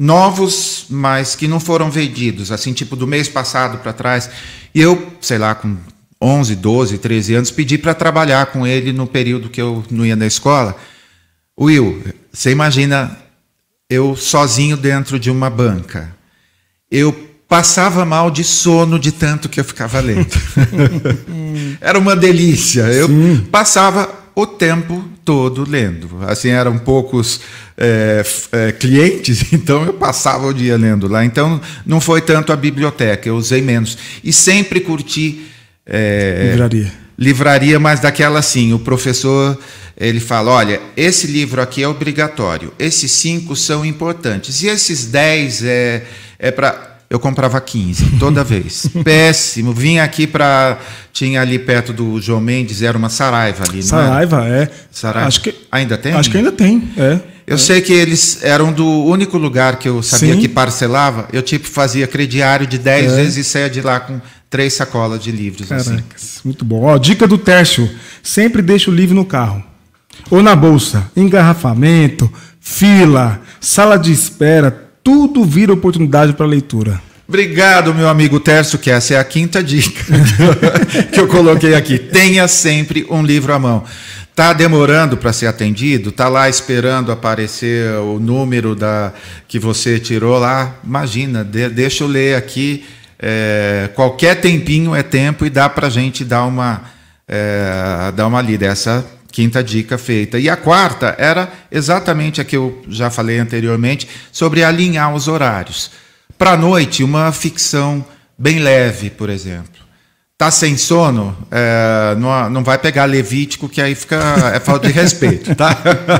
A: novos, mas que não foram vendidos, assim, tipo do mês passado para trás. E eu, sei lá, com onze, doze, treze anos, pedi para trabalhar com ele no período que eu não ia na escola. Will, você imagina eu sozinho dentro de uma banca. Eu passava mal de sono de tanto que eu ficava lendo. Era uma delícia. Eu Sim. passava o tempo todo lendo. Assim, eram poucos é, é, clientes, então eu passava o dia lendo lá. Então, não foi tanto a biblioteca, eu usei menos. E sempre curti... É,
B: livraria.
A: Livraria, mas daquela assim, o professor, ele fala, olha, esse livro aqui é obrigatório, esses cinco são importantes, e esses dez é, é para... Eu comprava quinze, toda vez. Péssimo. Vinha aqui para... Tinha ali perto do João Mendes, era uma Saraiva ali,
B: Saraiva,
A: não
B: é.
A: Saraiva.
B: Acho que,
A: ainda tem?
B: Acho que ainda tem, é.
A: Eu
B: é.
A: sei que eles eram do único lugar que eu sabia
B: Sim.
A: que parcelava. Eu tipo fazia crediário de dez é. vezes e saía de lá com três sacolas de livros.
B: Caracas,
A: assim.
B: Muito bom. Ó, dica do Tércio. Sempre deixa o livro no carro. Ou na bolsa. Engarrafamento, fila, sala de espera... Tudo vira oportunidade para leitura.
A: Obrigado, meu amigo Tércio, que essa é a quinta dica que eu coloquei aqui. Tenha sempre um livro à mão. Está demorando para ser atendido? Está lá esperando aparecer o número da, que você tirou lá? Imagina, de, deixa eu ler aqui. É, qualquer tempinho é tempo e dá para a gente dar uma, é, dar uma lida. Essa quinta dica feita. E a quarta era exatamente a que eu já falei anteriormente, sobre alinhar os horários. Para a noite, uma ficção bem leve, por exemplo. Está sem sono, é, não, não vai pegar Levítico, que aí fica, é falta de respeito, tá?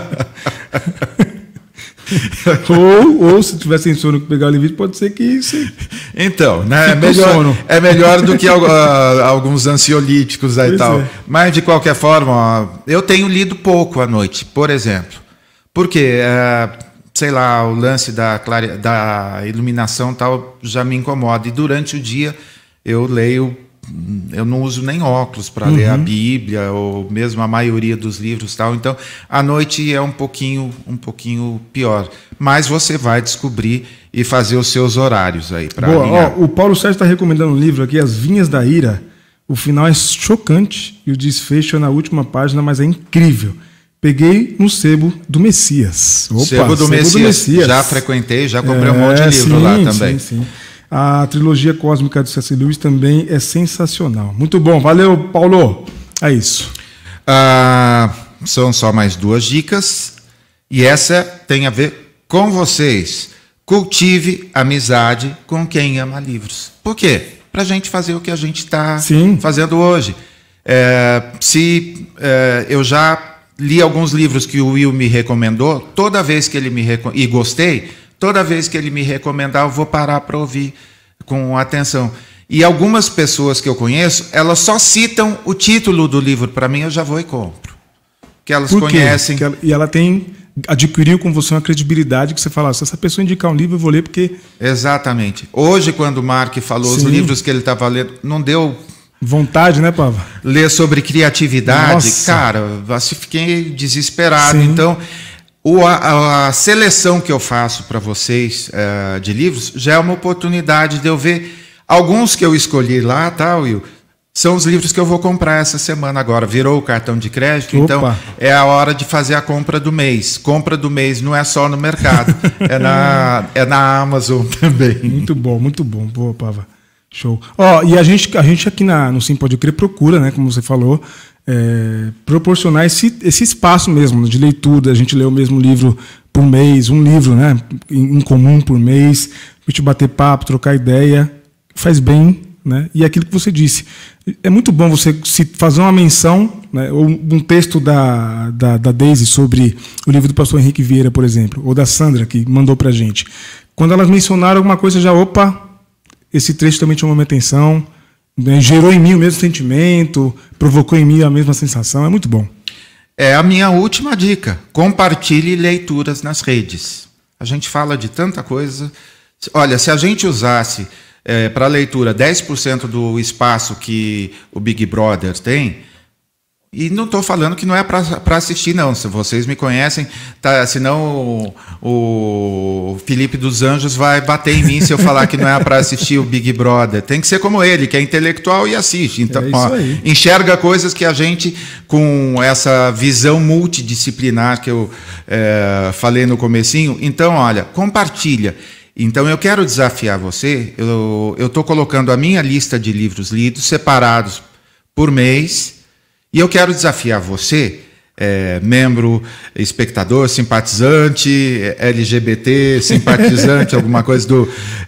B: ou, ou se tiver sem sono que pegar o Levítico, pode ser que isso...
A: Então, né, é, melhor, é melhor do que uh, alguns ansiolíticos aí e tal. É. Mas, de qualquer forma, uh, eu tenho lido pouco à noite, por exemplo. Porque, uh, sei lá, o lance da, clare... da iluminação tal já me incomoda. E durante o dia eu leio... Eu não uso nem óculos para uhum. ler a Bíblia ou mesmo a maioria dos livros tal. Então, à noite é um pouquinho, um pouquinho pior. Mas você vai descobrir e fazer os seus horários aí para alinhar.
B: Ó, o Paulo Sérgio está recomendando um livro aqui, As Vinhas da Ira. O final é chocante e o desfecho é na última página, mas é incrível. Peguei no sebo do Messias.
A: Opa, sebo do, sebo Messias. do Messias. Já frequentei, já comprei é, um monte de livro
B: sim,
A: lá também.
B: Sim, sim. A trilogia cósmica de C S Lewis também é sensacional. Muito bom. Valeu, Paulo. É isso.
A: Ah, são só mais duas dicas. E essa tem a ver com vocês. Cultive amizade com quem ama livros. Por quê? Para a gente fazer o que a gente está fazendo hoje. É, se é, eu já li alguns livros que o Will me recomendou, toda vez que ele me recom... e gostei... Toda vez que ele me recomendar, eu vou parar para ouvir com atenção. E algumas pessoas que eu conheço, elas só citam o título do livro para mim, eu já vou e compro. Que elas
B: Por quê?
A: conhecem.
B: Ela, e ela tem adquiriu com você uma credibilidade que você fala, se essa pessoa indicar um livro, eu vou ler porque...
A: Exatamente. Hoje, quando o Mark falou Sim. os livros que ele estava lendo, não deu...
B: Vontade, né, Pava?
A: Ler sobre criatividade,
B: Nossa.
A: cara, assim, fiquei desesperado.
B: Sim.
A: Então... O, a, a seleção que eu faço para vocês uh, de livros já é uma oportunidade de eu ver alguns que eu escolhi lá, tá, Will? São os livros que eu vou comprar essa semana agora. Virou o cartão de crédito, Opa. Então é a hora de fazer a compra do mês. Compra do mês não é só no mercado, é, na, é na Amazon também.
B: Muito bom, muito bom. Boa, Pava. Show. Ó, e a gente, a gente aqui na, no Sim Pode Crer procura, né, como você falou, É, proporcionar esse, esse espaço mesmo de leitura, a gente lê o mesmo livro por mês, um livro, né, em, em comum por mês, a gente bater papo, trocar ideia, faz bem, né? E é aquilo que você disse, é muito bom você se fazer uma menção, né, ou um texto da, da, da Daisy sobre o livro do pastor Henrique Vieira, por exemplo, ou da Sandra, que mandou pra gente. Quando elas mencionaram alguma coisa, já, opa, esse trecho também chamou minha atenção, gerou em mim o mesmo sentimento, provocou em mim a mesma sensação, é muito bom.
A: É a minha última dica, compartilhe leituras nas redes. A gente fala de tanta coisa. Olha, se a gente usasse é, para leitura dez por cento do espaço que o Big Brother tem, E não estou falando que não é para assistir, não. Se vocês me conhecem, tá, senão o, o Felipe dos Anjos vai bater em mim se eu falar que não é para assistir o Big Brother. Tem que ser como ele, que é intelectual e assiste. Então, é ó, enxerga coisas que a gente, com essa visão multidisciplinar que eu é, falei no comecinho, então, olha, compartilha. Então, eu quero desafiar você. Eu estou colocando a minha lista de livros lidos separados por mês. E eu quero desafiar você, é, membro, espectador, simpatizante, L G B T, simpatizante, alguma coisa do,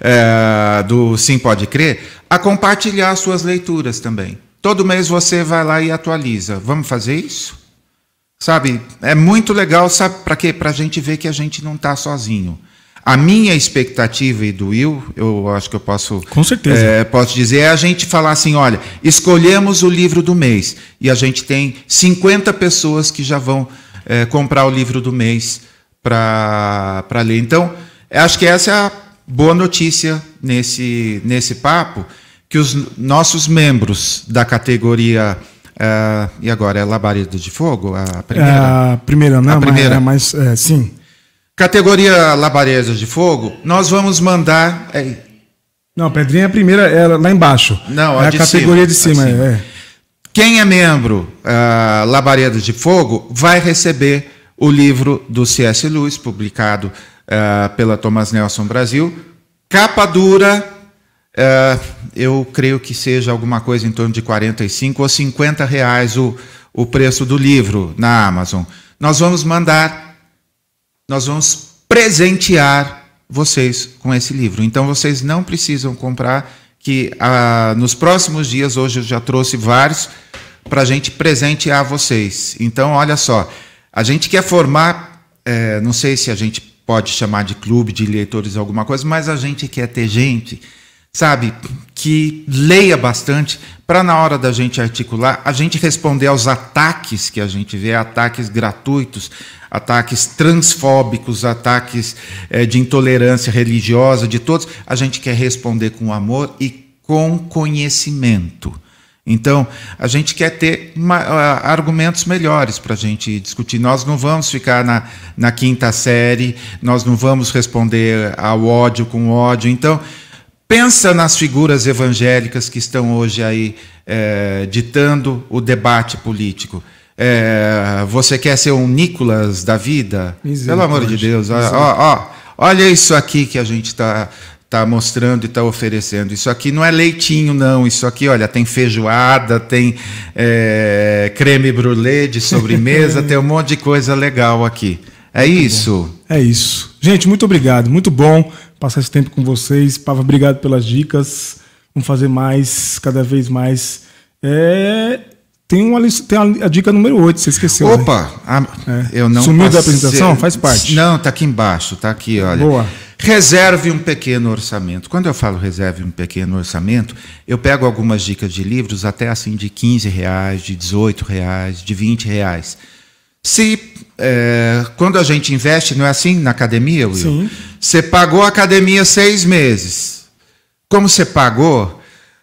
A: é, do Sim Pode Crer, a compartilhar suas leituras também. Todo mês você vai lá e atualiza. Vamos fazer isso? Sabe, é muito legal, sabe para quê? Para a gente ver que a gente não está sozinho. A minha expectativa e do Will, eu acho que eu posso,
B: com certeza.
A: É, posso dizer, é a gente falar assim, olha, escolhemos o livro do mês e a gente tem cinquenta pessoas que já vão é, comprar o livro do mês para para ler. Então, acho que essa é a boa notícia nesse, nesse papo, que os nossos membros da categoria... É, e agora, é Labareda de Fogo? A primeira?
B: A primeira, não,
A: a primeira.
B: mas, mas é, sim.
A: Categoria Labareda de Fogo, nós vamos mandar... É...
B: Não, Pedrinha é a primeira, é lá embaixo.
A: Não,
B: é
A: a,
B: a
A: de
B: categoria
A: cima,
B: de cima.
A: cima.
B: É.
A: Quem é membro uh, Labareda de Fogo vai receber o livro do C S Lewis, publicado uh, pela Thomas Nelson Brasil. Capa dura, uh, eu creio que seja alguma coisa em torno de quarenta e cinco ou cinquenta reais o, o preço do livro na Amazon. Nós vamos mandar... Nós vamos presentear vocês com esse livro. Então, vocês não precisam comprar, que ah, nos próximos dias, hoje eu já trouxe vários, para a gente presentear vocês. Então, olha só, a gente quer formar, é, não sei se a gente pode chamar de clube de leitores alguma coisa, mas a gente quer ter gente, sabe, que leia bastante, para na hora da gente articular, a gente responder aos ataques que a gente vê, ataques gratuitos, ataques transfóbicos, ataques é, de intolerância religiosa, de todos, a gente quer responder com amor e com conhecimento. Então, a gente quer ter uma, uh, argumentos melhores para a gente discutir. Nós não vamos ficar na, na quinta série, nós não vamos responder ao ódio com ódio. Então, pensa nas figuras evangélicas que estão hoje aí é, ditando o debate político. É, você quer ser um Nicolas da vida? Pelo amor de Deus, ó, ó, ó, olha isso aqui que a gente está tá mostrando e está oferecendo. Isso aqui não é leitinho, não. Isso aqui, olha, tem feijoada, tem é, creme brulee de sobremesa, tem um monte de coisa legal aqui. É muito isso?
B: Bom. É isso. Gente, muito obrigado. Muito bom passar esse tempo com vocês. Pava, obrigado pelas dicas. Vamos fazer mais, cada vez mais. É... Tem, uma, tem a, a dica número oito, você esqueceu.
A: Opa!
B: Né?
A: A, é. eu não
B: Sumiu
A: passei,
B: da apresentação? Faz parte.
A: Não, está aqui embaixo, está aqui, olha.
B: Boa.
A: Reserve um pequeno orçamento. Quando eu falo reserve um pequeno orçamento, eu pego algumas dicas de livros até assim de quinze reais, de dezoito reais, de vinte reais. Se, é, quando a gente investe, não é assim na academia, Will?
B: Sim.
A: Você pagou a academia seis meses. Como você pagou...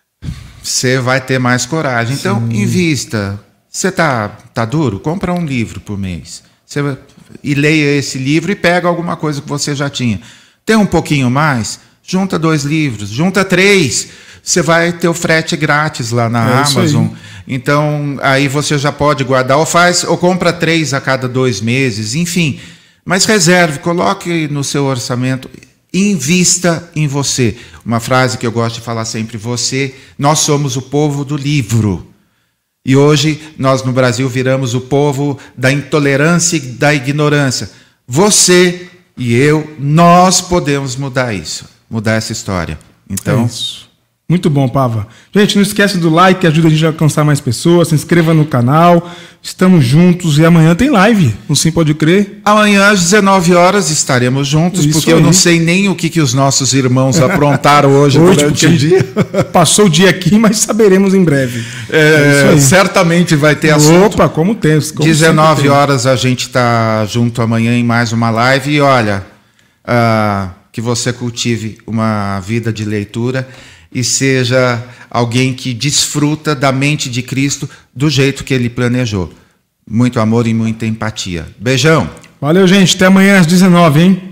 A: você vai ter mais coragem. Então, sim, invista. Você tá, tá duro? Compra um livro por mês. Você, e leia esse livro e pega alguma coisa que você já tinha. Tem um pouquinho mais? Junta dois livros. Junta três. Você vai ter o frete grátis lá na é Amazon. Aí. Então, aí você já pode guardar. Ou faz, ou compra três a cada dois meses. Enfim. Mas reserve, coloque no seu orçamento... Invista em você. Uma frase que eu gosto de falar sempre, você, nós somos o povo do livro. E hoje, nós no Brasil viramos o povo da intolerância e da ignorância. Você e eu, nós podemos mudar isso, mudar essa história. Então,
B: é isso. Muito bom, Pava. Gente, não esquece do like, que ajuda a gente a alcançar mais pessoas. Se inscreva no canal. Estamos juntos e amanhã tem live. No Sim Pode Crer.
A: Amanhã às dezenove horas estaremos juntos, isso porque aí. Eu não sei nem o que, que os nossos irmãos aprontaram hoje, hoje durante o dia.
B: Passou o dia aqui, mas saberemos em breve.
A: É, é certamente vai ter assunto.
B: Opa, como tem. Como
A: dezenove horas a gente está junto amanhã em mais uma live. E olha, uh, que você cultive uma vida de leitura. e seja alguém que desfruta da mente de Cristo do jeito que Ele planejou. Muito amor e muita empatia. Beijão!
B: Valeu, gente. Até amanhã às dezenove, hein?